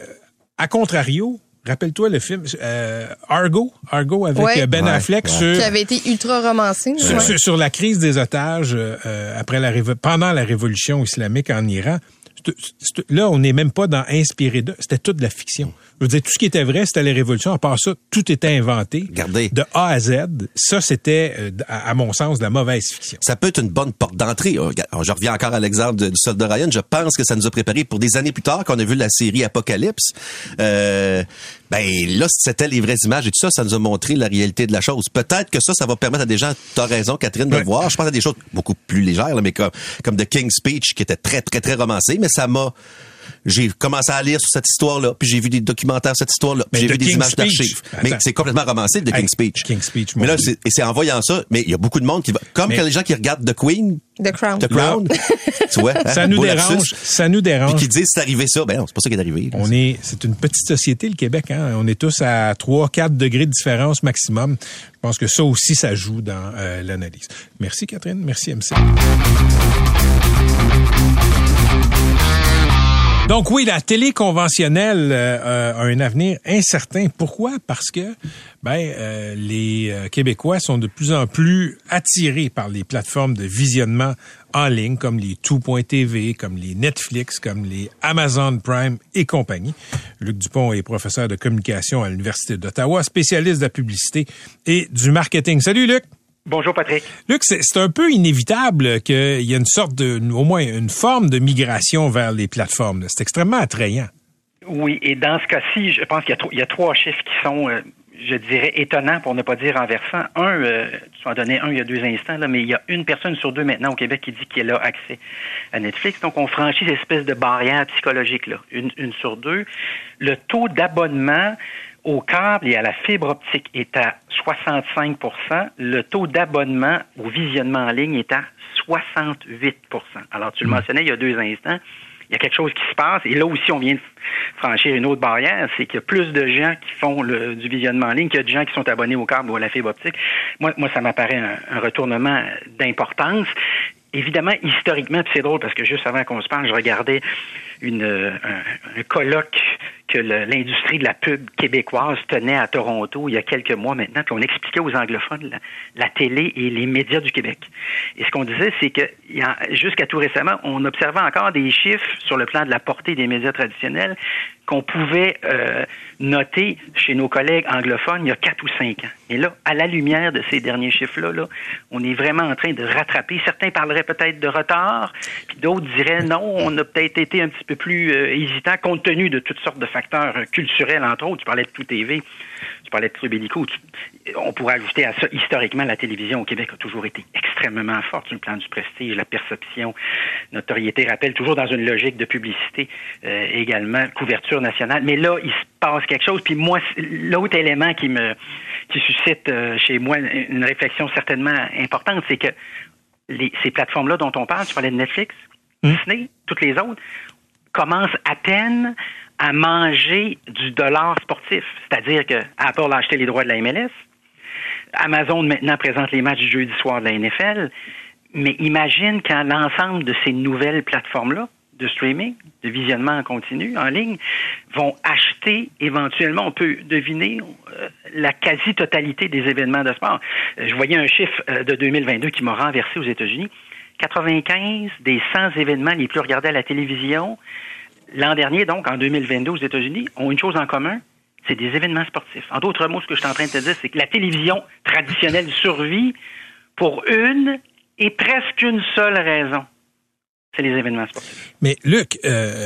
à contrario, rappelle-toi le film Argo avec Ben Affleck qui avait été ultra romancé sur la crise des otages pendant la révolution islamique en Iran. Là, on n'est même pas dans inspiré d'eux. C'était toute de la fiction. Je veux dire, tout ce qui était vrai, c'était la Révolution. À part ça, tout était inventé. Regardez. De A à Z. Ça, c'était, à mon sens, de la mauvaise fiction. Ça peut être une bonne porte d'entrée. Je reviens encore à l'exemple du soldat Ryan. Je pense que ça nous a préparé pour des années plus tard, quand on a vu la série Apocalypse. Là, c'était les vraies images et tout ça, ça nous a montré la réalité de la chose. Peut-être que ça va permettre à des gens, t'as raison, Catherine, de le voir. Je pense à des choses beaucoup plus légères, là, mais comme The King's Speech, qui était très, très, très romancé, mais j'ai commencé à lire sur cette histoire-là, puis j'ai vu des documentaires sur cette histoire-là, puis j'ai vu des images d'archives. Mais c'est complètement romancé, The King's Speech. Mais là, c'est en voyant ça, mais il y a beaucoup de monde qui va, comme quand les gens qui regardent The Crown. Tu vois, ça nous dérange. Puis qui disent c'est arrivé ça, non, c'est pas ça qui est arrivé. C'est une petite société, le Québec, hein. On est tous à 3-4 degrés de différence maximum. Je pense que ça aussi, ça joue dans l'analyse. Merci Catherine, merci MC. Donc oui, la télé conventionnelle a un avenir incertain. Pourquoi? Parce que les Québécois sont de plus en plus attirés par les plateformes de visionnement en ligne, comme les Tout.tv, comme les Netflix, comme les Amazon Prime et compagnie. Luc Dupont est professeur de communication à l'Université d'Ottawa, spécialiste de la publicité et du marketing. Salut Luc! Bonjour Patrick. Luc, c'est un peu inévitable qu'il y ait une sorte au moins une forme de migration vers les plateformes. C'est extrêmement attrayant. Oui, et dans ce cas-ci, je pense qu'il y a 3 chiffres qui sont, je dirais, étonnants pour ne pas dire renversants. Tu m'en donnais un il y a 2 instants, là, mais il y a 1 personne sur 2 maintenant au Québec qui dit qu'elle a accès à Netflix. Donc, on franchit cette espèce de barrière psychologique-là, une sur 2. Le taux d'abonnement au câble et à la fibre optique est à 65 %. Le taux d'abonnement au visionnement en ligne est à 68 %. Alors, tu le mentionnais il y a 2 instants. Il y a quelque chose qui se passe. Et là aussi, on vient de franchir une autre barrière. C'est qu'il y a plus de gens qui font du visionnement en ligne qu'il y a de gens qui sont abonnés au câble ou à la fibre optique. Moi, ça m'apparaît un retournement d'importance. Évidemment, historiquement, puis c'est drôle parce que juste avant qu'on se parle, je regardais un colloque que l'industrie de la pub québécoise tenait à Toronto il y a quelques mois maintenant, puis on expliquait aux anglophones la télé et les médias du Québec. Et ce qu'on disait, c'est que jusqu'à tout récemment, on observait encore des chiffres sur le plan de la portée des médias traditionnels qu'on pouvait noter chez nos collègues anglophones il y a 4 ou 5 ans. Et là, à la lumière de ces derniers chiffres-là, on est vraiment en train de rattraper. Certains parleraient peut-être de retard, puis d'autres diraient non, on a peut-être été un petit peu plus hésitant compte tenu de toutes sortes de facteurs culturels, entre autres. Tu parlais de Tout TV, tu parlais de Club Illico. On pourrait ajouter à ça, historiquement, la télévision au Québec a toujours été extrêmement forte sur le plan du prestige, la perception, notoriété, rappel, toujours dans une logique de publicité également, couverture nationale. Mais là, il se passe quelque chose. Puis moi, l'autre élément qui suscite chez moi une réflexion certainement importante, c'est que ces plateformes-là dont on parle, tu parlais de Netflix, Disney, toutes les autres, commencent à peine à manger du dollar sportif. C'est-à-dire que Apple a acheté les droits de la MLS, Amazon maintenant présente les matchs du jeudi soir de la NFL, mais imagine quand l'ensemble de ces nouvelles plateformes-là, de streaming, de visionnement en continu, en ligne, vont acheter éventuellement, on peut deviner, la quasi-totalité des événements de sport. Je voyais un chiffre de 2022 qui m'a renversé aux États-Unis. 95 des 100 événements les plus regardés à la télévision, l'an dernier, donc, en 2022 aux États-Unis, ont une chose en commun, c'est des événements sportifs. En d'autres mots, ce que je suis en train de te dire, c'est que la télévision traditionnelle survit pour une et presque une seule raison. C'est les événements sportifs. Mais Luc,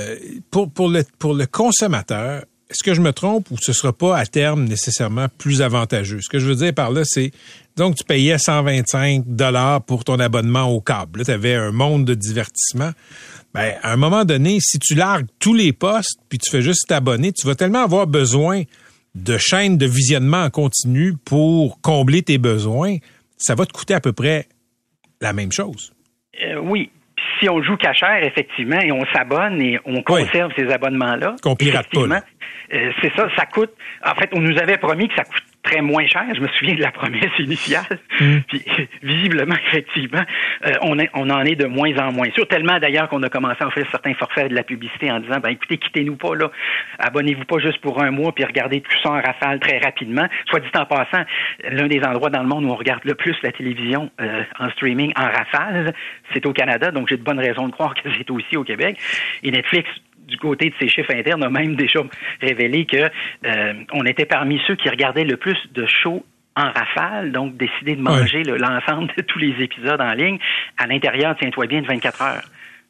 pour le consommateur, est-ce que je me trompe ou ce sera pas à terme nécessairement plus avantageux? Ce que je veux dire par là, c'est donc tu payais 125 $ pour ton abonnement au câble. Là, tu avais un monde de divertissement. Ben, à un moment donné, si tu largues tous les postes puis tu fais juste t'abonner, tu vas tellement avoir besoin de chaînes de visionnement en continu pour combler tes besoins, ça va te coûter à peu près la même chose. Oui. Si on joue cachère, effectivement, et on s'abonne et on conserve ces abonnements-là, qu'on pirate pas. C'est ça, ça coûte. En fait, on nous avait promis que ça coûterait moins cher. Je me souviens de la promesse initiale. Puis, visiblement, effectivement, on en est de moins en moins sûr. Tellement d'ailleurs qu'on a commencé à offrir certains forfaits de la publicité en disant, ben écoutez, quittez-nous pas là, abonnez-vous pas juste pour un mois, puis regardez tout ça en rafale très rapidement. Soit dit en passant, l'un des endroits dans le monde où on regarde le plus la télévision en streaming en rafale, c'est au Canada. Donc j'ai de bonnes raisons de croire que c'est aussi au Québec. Et Netflix, du côté de ses chiffres internes, a même déjà révélé que on était parmi ceux qui regardaient le plus de shows en rafale, donc décider de manger l'ensemble de tous les épisodes en ligne à l'intérieur, tiens-toi bien, de 24 heures.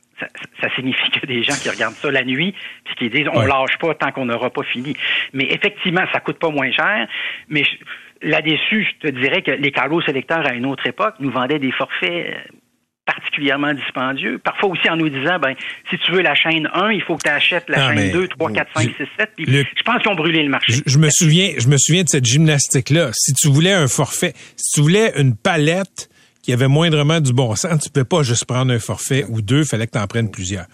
Ça signifie que des gens qui regardent ça la nuit puis qui disent on lâche pas tant qu'on n'aura pas fini. Mais effectivement, ça coûte pas moins cher. Mais là-dessus, je te dirais que les câbleaux sélecteurs à une autre époque nous vendaient des forfaits particulièrement dispendieux. Parfois aussi en nous disant, ben, si tu veux la chaîne 1, il faut que tu achètes la chaîne 2, 3, 4, 5, 6, 7. Puis je pense qu'ils ont brûlé le marché. Je me souviens de cette gymnastique-là. Si tu voulais un forfait, si tu voulais une palette qui avait moindrement du bon sens, tu peux pas juste prendre un forfait ou deux, fallait que tu en prennes plusieurs.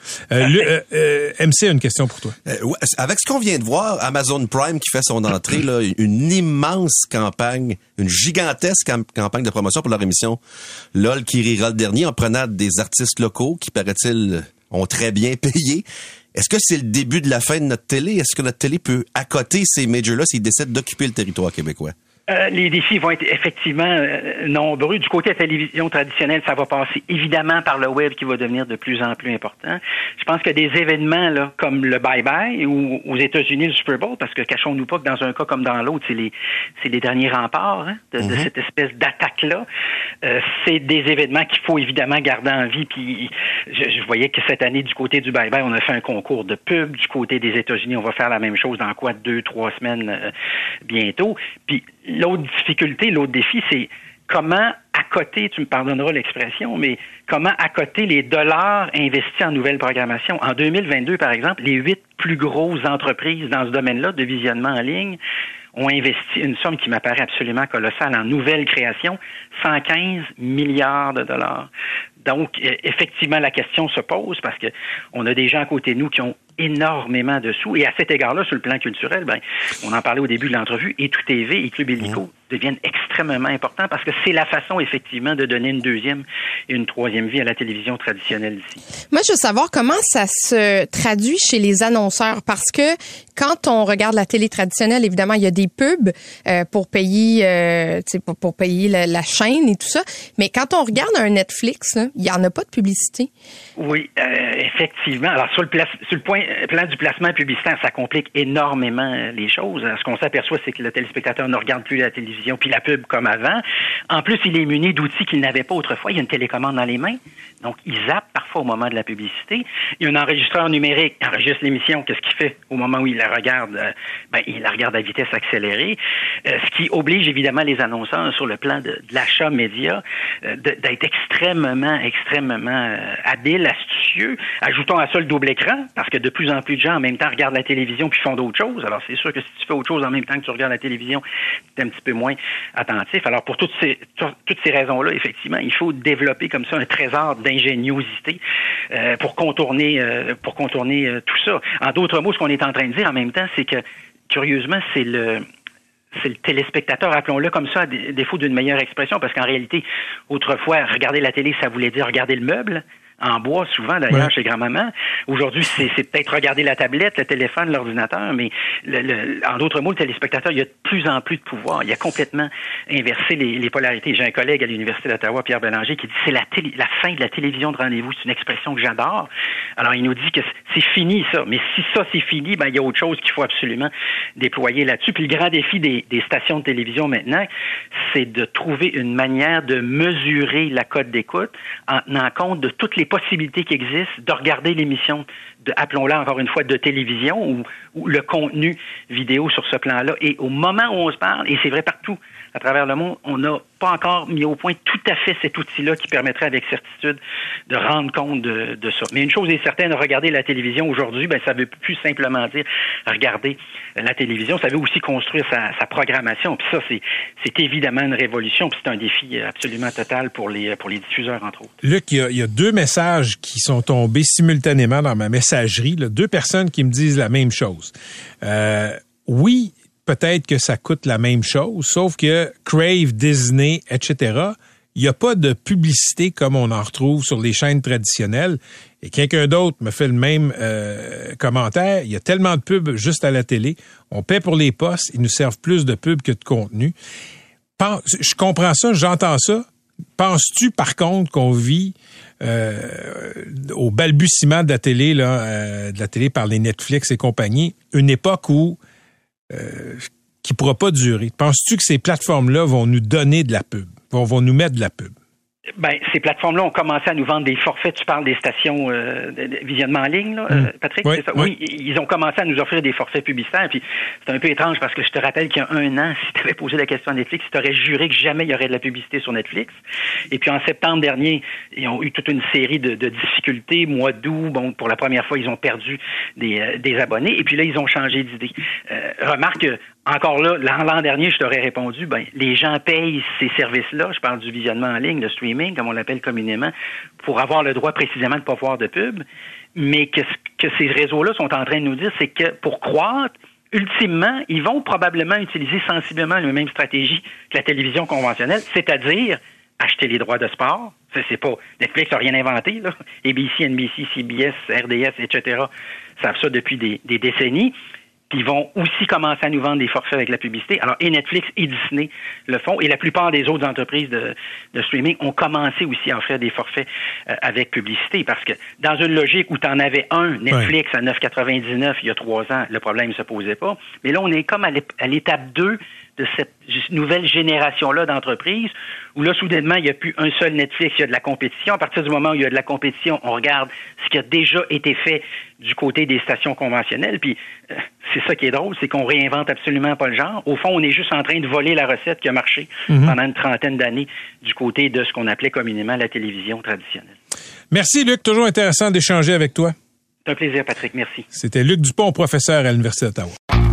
MC a une question pour toi. Avec ce qu'on vient de voir, Amazon Prime qui fait son entrée, là, une immense campagne, une gigantesque campagne de promotion pour leur émission LOL qui rira le dernier en prenant des artistes locaux qui, paraît-il, ont très bien payé. Est-ce que c'est le début de la fin de notre télé? Est-ce que notre télé peut accoter ces majors-là s'ils décident d'occuper le territoire québécois? Les défis vont être effectivement nombreux. Du côté de la télévision traditionnelle, ça va passer évidemment par le web qui va devenir de plus en plus important. Je pense que des événements là, comme le bye-bye ou aux États-Unis le Super Bowl, parce que cachons-nous pas que dans un cas comme dans l'autre, c'est les derniers remparts de cette espèce d'attaque-là. C'est des événements qu'il faut évidemment garder en vie. Puis je voyais que cette année, du côté du bye-bye, on a fait un concours de pub. Du côté des États-Unis, on va faire la même chose dans 2-3 semaines bientôt. Puis l'autre difficulté, l'autre défi, c'est comment accoter, tu me pardonneras l'expression, mais comment accoter les dollars investis en nouvelle programmation. En 2022, par exemple, les 8 plus grosses entreprises dans ce domaine-là de visionnement en ligne ont investi une somme qui m'apparaît absolument colossale en nouvelle création, 115 milliards de dollars. Donc, effectivement, la question se pose parce que on a des gens à côté de nous qui ont énormément de sous. Et à cet égard-là, sur le plan culturel, on en parlait au début de l'entrevue, et Tout TV et Club Illico deviennent extrêmement importants parce que c'est la façon, effectivement, de donner une deuxième et une troisième vie à la télévision traditionnelle ici. Moi, je veux savoir comment ça se traduit chez les annonceurs parce que quand on regarde la télé traditionnelle, évidemment, il y a des pubs pour payer, pour payer la chaîne et tout ça. Mais quand on regarde un Netflix, là, il n'y en a pas de publicité. Oui, effectivement. Alors, sur le plan du placement publicitaire, ça complique énormément les choses. Ce qu'on s'aperçoit, c'est que le téléspectateur ne regarde plus la télévision puis la pub comme avant. En plus, il est muni d'outils qu'il n'avait pas autrefois. Il y a une télécommande dans les mains. Donc, il zappe parfois au moment de la publicité. Il y a un enregistreur numérique qui enregistre l'émission. Qu'est-ce qu'il fait au moment où il la regarde? Il la regarde à vitesse accélérée. Ce qui oblige évidemment les annonceurs sur le plan de l'achat média d'être extrêmement habiles, astucieux. Ajoutons à ça le double écran, parce que de plus en plus de gens en même temps regardent la télévision puis font d'autres choses. Alors, c'est sûr que si tu fais autre chose en même temps que tu regardes la télévision, tu es un petit peu moins attentif. Alors, pour toutes ces raisons-là, effectivement, il faut développer comme ça un trésor d'ingéniosité pour contourner tout ça. En d'autres mots, ce qu'on est en train de dire en même temps, c'est que, curieusement, c'est le téléspectateur, appelons-le comme ça, à défaut d'une meilleure expression, parce qu'en réalité, autrefois, regarder la télé, ça voulait dire regarder le meuble. En bois, souvent, d'ailleurs, chez grand-maman. Aujourd'hui, c'est peut-être regarder la tablette, le téléphone, l'ordinateur, mais en d'autres mots, le téléspectateur, il y a de plus en plus de pouvoir. Il a complètement inversé les polarités. J'ai un collègue à l'Université d'Ottawa, Pierre Bélanger, qui dit c'est la fin de la télévision de rendez-vous. C'est une expression que j'adore. Alors, il nous dit que c'est fini, ça. Mais si ça, c'est fini, il y a autre chose qu'il faut absolument déployer là-dessus. Puis le grand défi des stations de télévision maintenant, c'est de trouver une manière de mesurer la cote d'écoute en tenant compte de toutes les possibilités qui existent de regarder l'émission, appelons-la encore une fois, de télévision ou le contenu vidéo sur ce plan-là. Et au moment où on se parle, et c'est vrai partout à travers le monde, on n'a pas encore mis au point tout à fait cet outil-là qui permettrait avec certitude de rendre compte de ça. Mais une chose est certaine, regarder la télévision aujourd'hui, ça veut plus simplement dire regarder la télévision, ça veut aussi construire sa programmation. Puis ça, c'est évidemment une révolution, puis c'est un défi absolument total pour les diffuseurs, entre autres. Luc, il y a deux messages qui sont tombés simultanément dans ma messagerie, là, deux personnes qui me disent la même chose. Oui, peut-être que ça coûte la même chose, sauf que Crave, Disney, etc., il n'y a pas de publicité comme on en retrouve sur les chaînes traditionnelles. Et quelqu'un d'autre me fait le même commentaire. Il y a tellement de pubs juste à la télé. On paie pour les postes. Ils nous servent plus de pubs que de contenu. Je comprends ça, j'entends ça. Penses-tu, par contre, qu'on vit au balbutiement de la télé, de la télé par les Netflix et compagnie, une époque où qui pourra pas durer? Penses-tu que ces plateformes-là vont nous donner de la pub, vont nous mettre de la pub? Ces plateformes-là ont commencé à nous vendre des forfaits. Tu parles des stations de visionnement en ligne, là, Patrick? Oui, c'est ça? Oui, ils ont commencé à nous offrir des forfaits publicitaires. Puis c'est un peu étrange parce que je te rappelle qu'il y a 1 an, si tu avais posé la question à Netflix, tu aurais juré que jamais il y aurait de la publicité sur Netflix. Et puis en septembre dernier, ils ont eu toute une série de difficultés. Mois d'août, pour la première fois, ils ont perdu des abonnés. Et puis là, ils ont changé d'idée. Remarque, encore là, l'an dernier, je t'aurais répondu, les gens payent ces services-là, je parle du visionnement en ligne, le streaming, comme on l'appelle communément, pour avoir le droit précisément de ne pas voir de pub, mais que ces réseaux-là sont en train de nous dire, c'est que pour croître, ultimement, ils vont probablement utiliser sensiblement la même stratégie que la télévision conventionnelle, c'est-à-dire acheter les droits de sport. C'est pas Netflix n'a rien inventé, là. ABC, NBC, CBS, RDS, etc. savent ça depuis des décennies. Puis ils vont aussi commencer à nous vendre des forfaits avec la publicité. Alors, et Netflix et Disney le font. Et la plupart des autres entreprises de streaming ont commencé aussi à offrir des forfaits avec publicité. Parce que dans une logique où tu en avais un, Netflix à 9,99 il y a 3 ans, le problème ne se posait pas. Mais là, on est comme à l'étape 2 de cette nouvelle génération-là d'entreprises, où là, soudainement, il n'y a plus un seul Netflix, il y a de la compétition. À partir du moment où il y a de la compétition, on regarde ce qui a déjà été fait du côté des stations conventionnelles. Puis, c'est ça qui est drôle, c'est qu'on réinvente absolument pas le genre. Au fond, on est juste en train de voler la recette qui a marché pendant une trentaine d'années du côté de ce qu'on appelait communément la télévision traditionnelle. Merci, Luc. Toujours intéressant d'échanger avec toi. C'est un plaisir, Patrick. Merci. C'était Luc Dupont, professeur à l'Université d'Ottawa.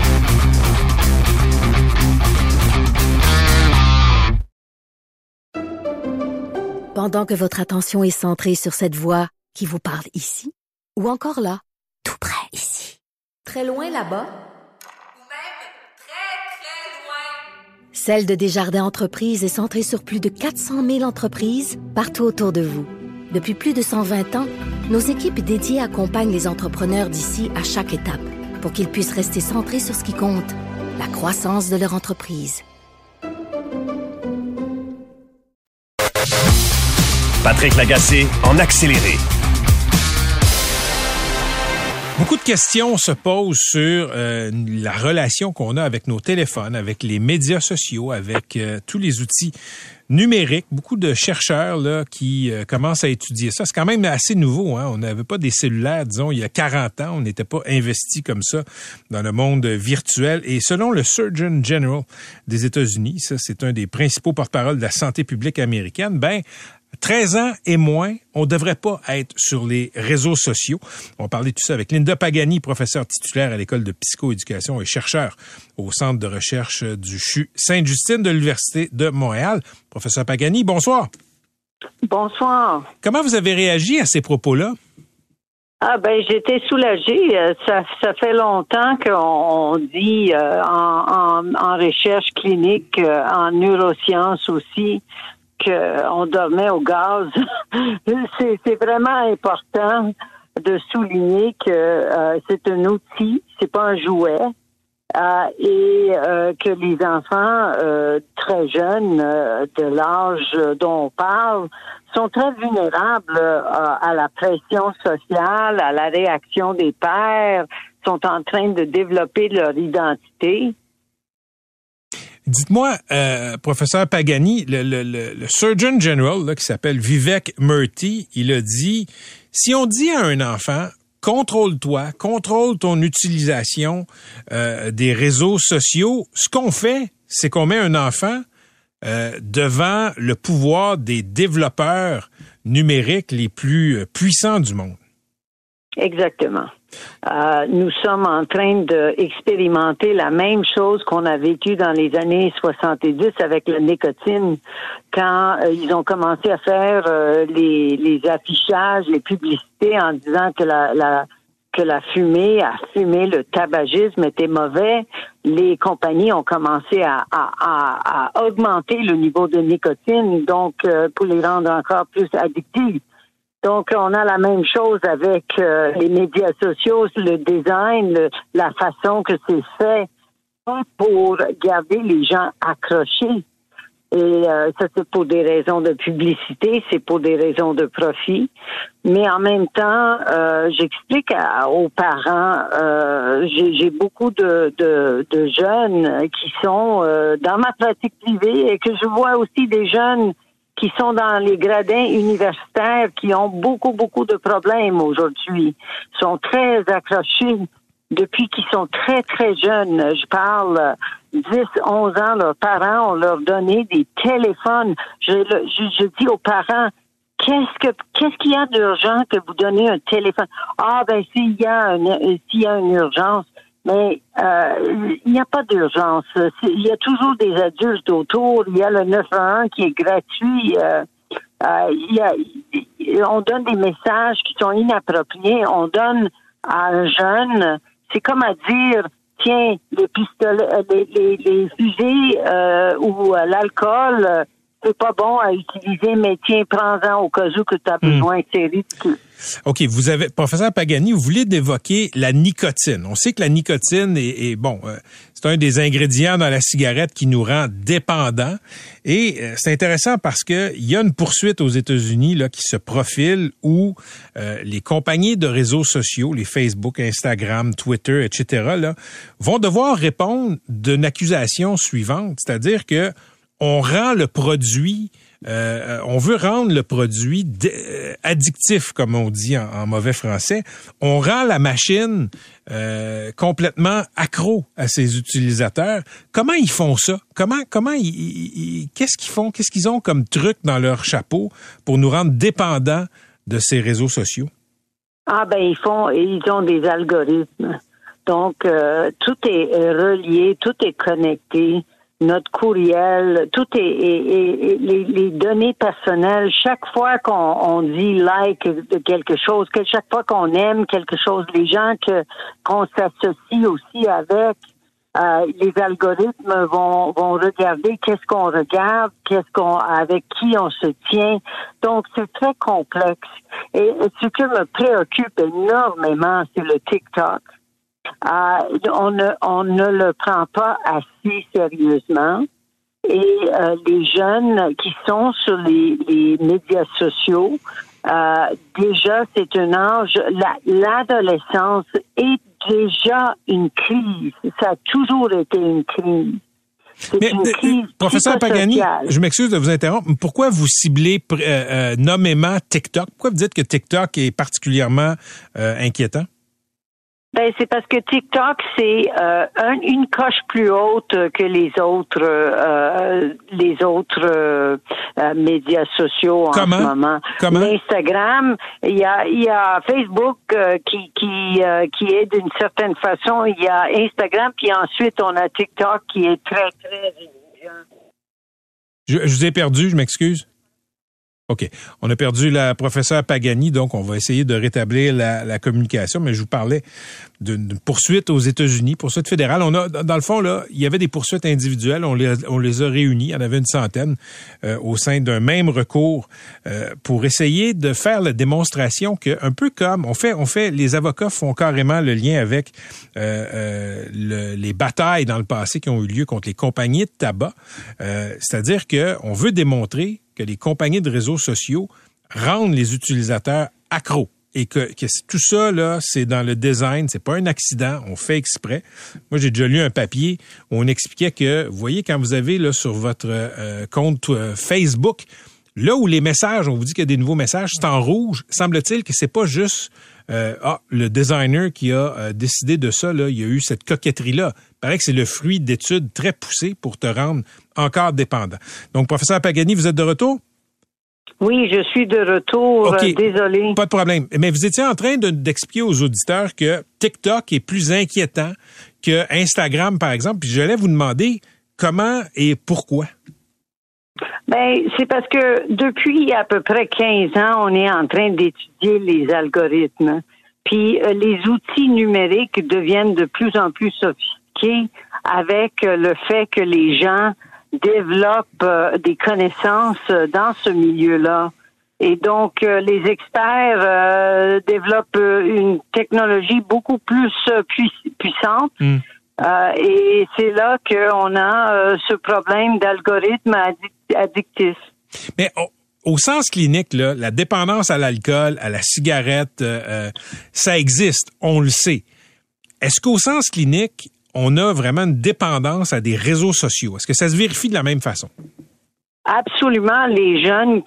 Pendant que votre attention est centrée sur cette voix qui vous parle ici, ou encore là, tout près ici, très loin là-bas, ou même très, très loin, Celle de Desjardins Entreprises est centrée sur plus de 400 000 entreprises partout autour de vous. Depuis plus de 120 ans, nos équipes dédiées accompagnent les entrepreneurs d'ici à chaque étape pour qu'ils puissent rester centrés sur ce qui compte, la croissance de leur entreprise. Patrick Lagacé en accéléré. Beaucoup de questions se posent sur la relation qu'on a avec nos téléphones, avec les médias sociaux, avec tous les outils numériques. Beaucoup de chercheurs là qui commencent à étudier ça. C'est quand même assez nouveau, hein? On n'avait pas des cellulaires, disons, il y a 40 ans. On n'était pas investi comme ça dans le monde virtuel. Et selon le Surgeon General des États-Unis, ça c'est un des principaux porte-parole de la santé publique américaine, 13 ans et moins, on ne devrait pas être sur les réseaux sociaux. On va parler de tout ça avec Linda Pagani, professeure titulaire à l'École de psychoéducation et chercheur au Centre de recherche du CHU Sainte-Justine de l'Université de Montréal. Professeur Pagani, bonsoir. Bonsoir. Comment vous avez réagi à ces propos-là? J'étais soulagée. Ça fait longtemps qu'on dit en recherche clinique, en neurosciences aussi, qu'on dormait au gaz. C'est vraiment important de souligner que c'est un outil, c'est pas un jouet, et que les enfants très jeunes, de l'âge dont on parle, sont très vulnérables à la pression sociale, à la réaction des pairs, sont en train de développer leur identité. Dites-moi, professeur Pagani, le Surgeon General là, qui s'appelle Vivek Murthy, il a dit, si on dit à un enfant, contrôle-toi, contrôle ton utilisation des réseaux sociaux, ce qu'on fait, c'est qu'on met un enfant devant le pouvoir des développeurs numériques les plus puissants du monde. Exactement. Nous sommes en train d'expérimenter la même chose qu'on a vécu dans les années 70 avec la nicotine, quand ils ont commencé à faire les affichages, les publicités en disant que la fumée, le tabagisme était mauvais. Les compagnies ont commencé à augmenter le niveau de nicotine, donc pour les rendre encore plus addictifs. Donc, on a la même chose avec les médias sociaux, le design, la façon que c'est fait pour garder les gens accrochés. Et ça, c'est pour des raisons de publicité, c'est pour des raisons de profit. Mais en même temps, j'explique aux parents, j'ai beaucoup de jeunes qui sont dans ma pratique privée et que je vois aussi des jeunes qui sont dans les gradins universitaires, qui ont beaucoup de problèmes aujourd'hui, sont très accrochés depuis qu'ils sont très, très jeunes. Je parle 10, 11 ans, leurs parents, on leur donné des téléphones. Je dis aux parents, qu'est-ce qu'il y a d'urgent que vous donnez un téléphone? S'il y a une urgence. Mais il n'y a pas d'urgence. Il y a toujours des adultes autour. Il y a le 911 qui est gratuit. On donne des messages qui sont inappropriés. On donne à un jeune, c'est comme à dire, tiens, les pistolets, les fusées ou l'alcool, c'est pas bon à utiliser, mais tiens, prends-en au cas où que tu as besoin. C'est ridicule. OK, professeur Pagani, vous voulez évoquer la nicotine. On sait que la nicotine est c'est un des ingrédients dans la cigarette qui nous rend dépendants. Et c'est intéressant parce que il y a une poursuite aux États-Unis là qui se profile où les compagnies de réseaux sociaux, les Facebook, Instagram, Twitter, etc., là, vont devoir répondre d'une accusation suivante, c'est-à-dire que on rend le produit on veut rendre le produit addictif, comme on dit en mauvais français. On rend la machine complètement accro à ses utilisateurs. Comment ils font ça? Comment qu'est-ce qu'ils font? Qu'est-ce qu'ils ont comme truc dans leur chapeau pour nous rendre dépendants de ces réseaux sociaux? Ils ont des algorithmes. Donc, tout est relié, tout est connecté. Notre courriel, tout est les données personnelles. Chaque fois qu'on dit like de quelque chose, chaque fois qu'on aime quelque chose, les gens qu'on s'associe aussi avec, les algorithmes vont regarder qu'est-ce qu'on regarde, avec qui on se tient. Donc c'est très complexe. Et ce qui me préoccupe énormément, c'est le TikTok. On ne le prend pas assez sérieusement et les jeunes qui sont sur les médias sociaux, déjà c'est un âge, l'adolescence est déjà une crise. Ça a toujours été une crise. Mais, professeur Pagani, je m'excuse de vous interrompre, mais pourquoi vous ciblez nommément TikTok? Pourquoi vous dites que TikTok est particulièrement inquiétant? C'est parce que TikTok, c'est une coche plus haute que les autres médias sociaux en ce moment. Comment? L'Instagram, il y a Facebook qui est d'une certaine façon, il y a Instagram, puis ensuite on a TikTok qui est très, très exigeant. Je vous ai perdu, je m'excuse. OK. On a perdu la professeure Pagani, donc on va essayer de rétablir la communication, mais je vous parlais d'une poursuite aux États-Unis, poursuite fédérale. On a, dans le fond, là, il y avait des poursuites individuelles, on les a réunies, il y en avait une centaine au sein d'un même recours pour essayer de faire la démonstration que, un peu comme, les avocats font carrément le lien avec les batailles dans le passé qui ont eu lieu contre les compagnies de tabac, c'est-à-dire que on veut démontrer que les compagnies de réseaux sociaux rendent les utilisateurs accros et que tout ça, là, c'est dans le design, c'est pas un accident, on fait exprès. Moi, j'ai déjà lu un papier où on expliquait que, vous voyez, quand vous avez là sur votre compte Facebook, là où les messages, on vous dit qu'il y a des nouveaux messages, c'est en rouge, semble-t-il que c'est pas juste le designer qui a décidé de ça, là, il y a eu cette coquetterie-là. Il paraît que c'est le fruit d'études très poussées pour te rendre encore dépendant. Donc, professeur Pagani, vous êtes de retour? Oui, je suis de retour. Okay. Désolé. Pas de problème. Mais vous étiez en train d'expliquer aux auditeurs que TikTok est plus inquiétant que Instagram, par exemple. Puis j'allais vous demander comment et pourquoi. C'est parce que depuis à peu près 15 ans, on est en train d'étudier les algorithmes. Puis les outils numériques deviennent de plus en plus sophistiqués avec le fait que les gens développent des connaissances dans ce milieu-là. Et donc, les experts développent une technologie beaucoup plus puissante. Et c'est là qu'on a ce problème d'algorithme addictif. Mais au sens clinique, là, la dépendance à l'alcool, à la cigarette, ça existe, on le sait. Est-ce qu'au sens clinique, on a vraiment une dépendance à des réseaux sociaux? Est-ce que ça se vérifie de la même façon? Absolument. Les jeunes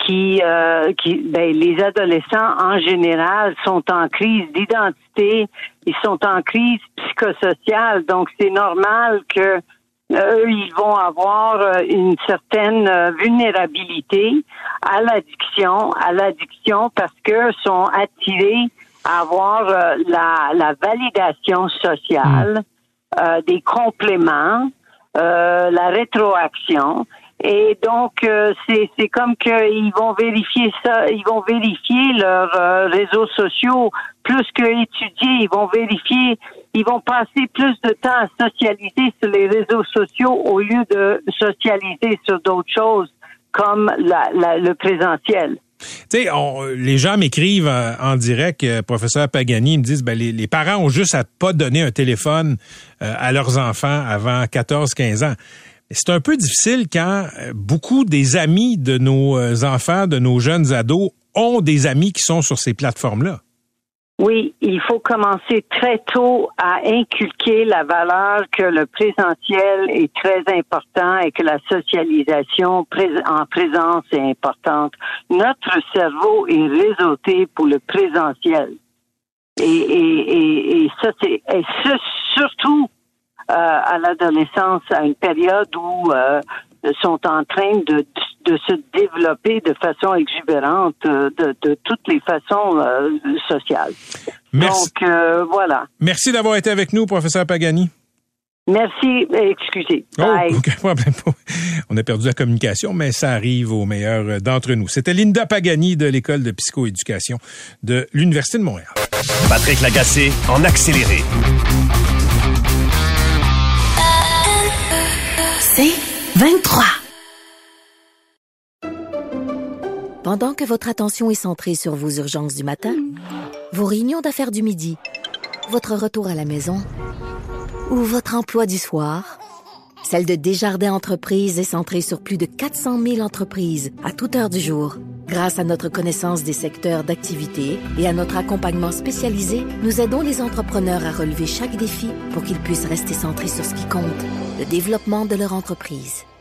les adolescents en général sont en crise d'identité, ils sont en crise psychosociale. Donc, c'est normal que eux, ils vont avoir une certaine vulnérabilité à l'addiction parce que sont attirés à avoir la validation sociale, des compléments, la rétroaction. Et donc, c'est comme qu'ils vont vérifier ça, ils vont vérifier leurs réseaux sociaux plus que étudier, ils vont passer plus de temps à socialiser sur les réseaux sociaux au lieu de socialiser sur d'autres choses comme le présentiel. Tu sais, les gens m'écrivent en direct, professeur Pagani, ils me disent, les parents ont juste à pas donner un téléphone à leurs enfants avant 14-15 ans. C'est un peu difficile quand beaucoup des amis de nos enfants, de nos jeunes ados, ont des amis qui sont sur ces plateformes-là. Oui, il faut commencer très tôt à inculquer la valeur que le présentiel est très important et que la socialisation en présence est importante. Notre cerveau est réseauté pour le présentiel. Et ça, surtout à l'adolescence, à une période où sont en train de se développer de façon exubérante de toutes les façons sociales. Merci. Donc, voilà. Merci d'avoir été avec nous, professeur Pagani. Merci. Excusez. Bye. Aucun problème. On a perdu la communication, mais ça arrive aux meilleurs d'entre nous. C'était Linda Pagani de l'École de psychoéducation de l'Université de Montréal. Patrick Lagacé en accéléré. C'est 23. Pendant que votre attention est centrée sur vos urgences du matin, vos réunions d'affaires du midi, votre retour à la maison ou votre emploi du soir, celle de Desjardins Entreprises est centrée sur plus de 400 000 entreprises à toute heure du jour. Grâce à notre connaissance des secteurs d'activité et à notre accompagnement spécialisé, nous aidons les entrepreneurs à relever chaque défi pour qu'ils puissent rester centrés sur ce qui compte, le développement de leur entreprise.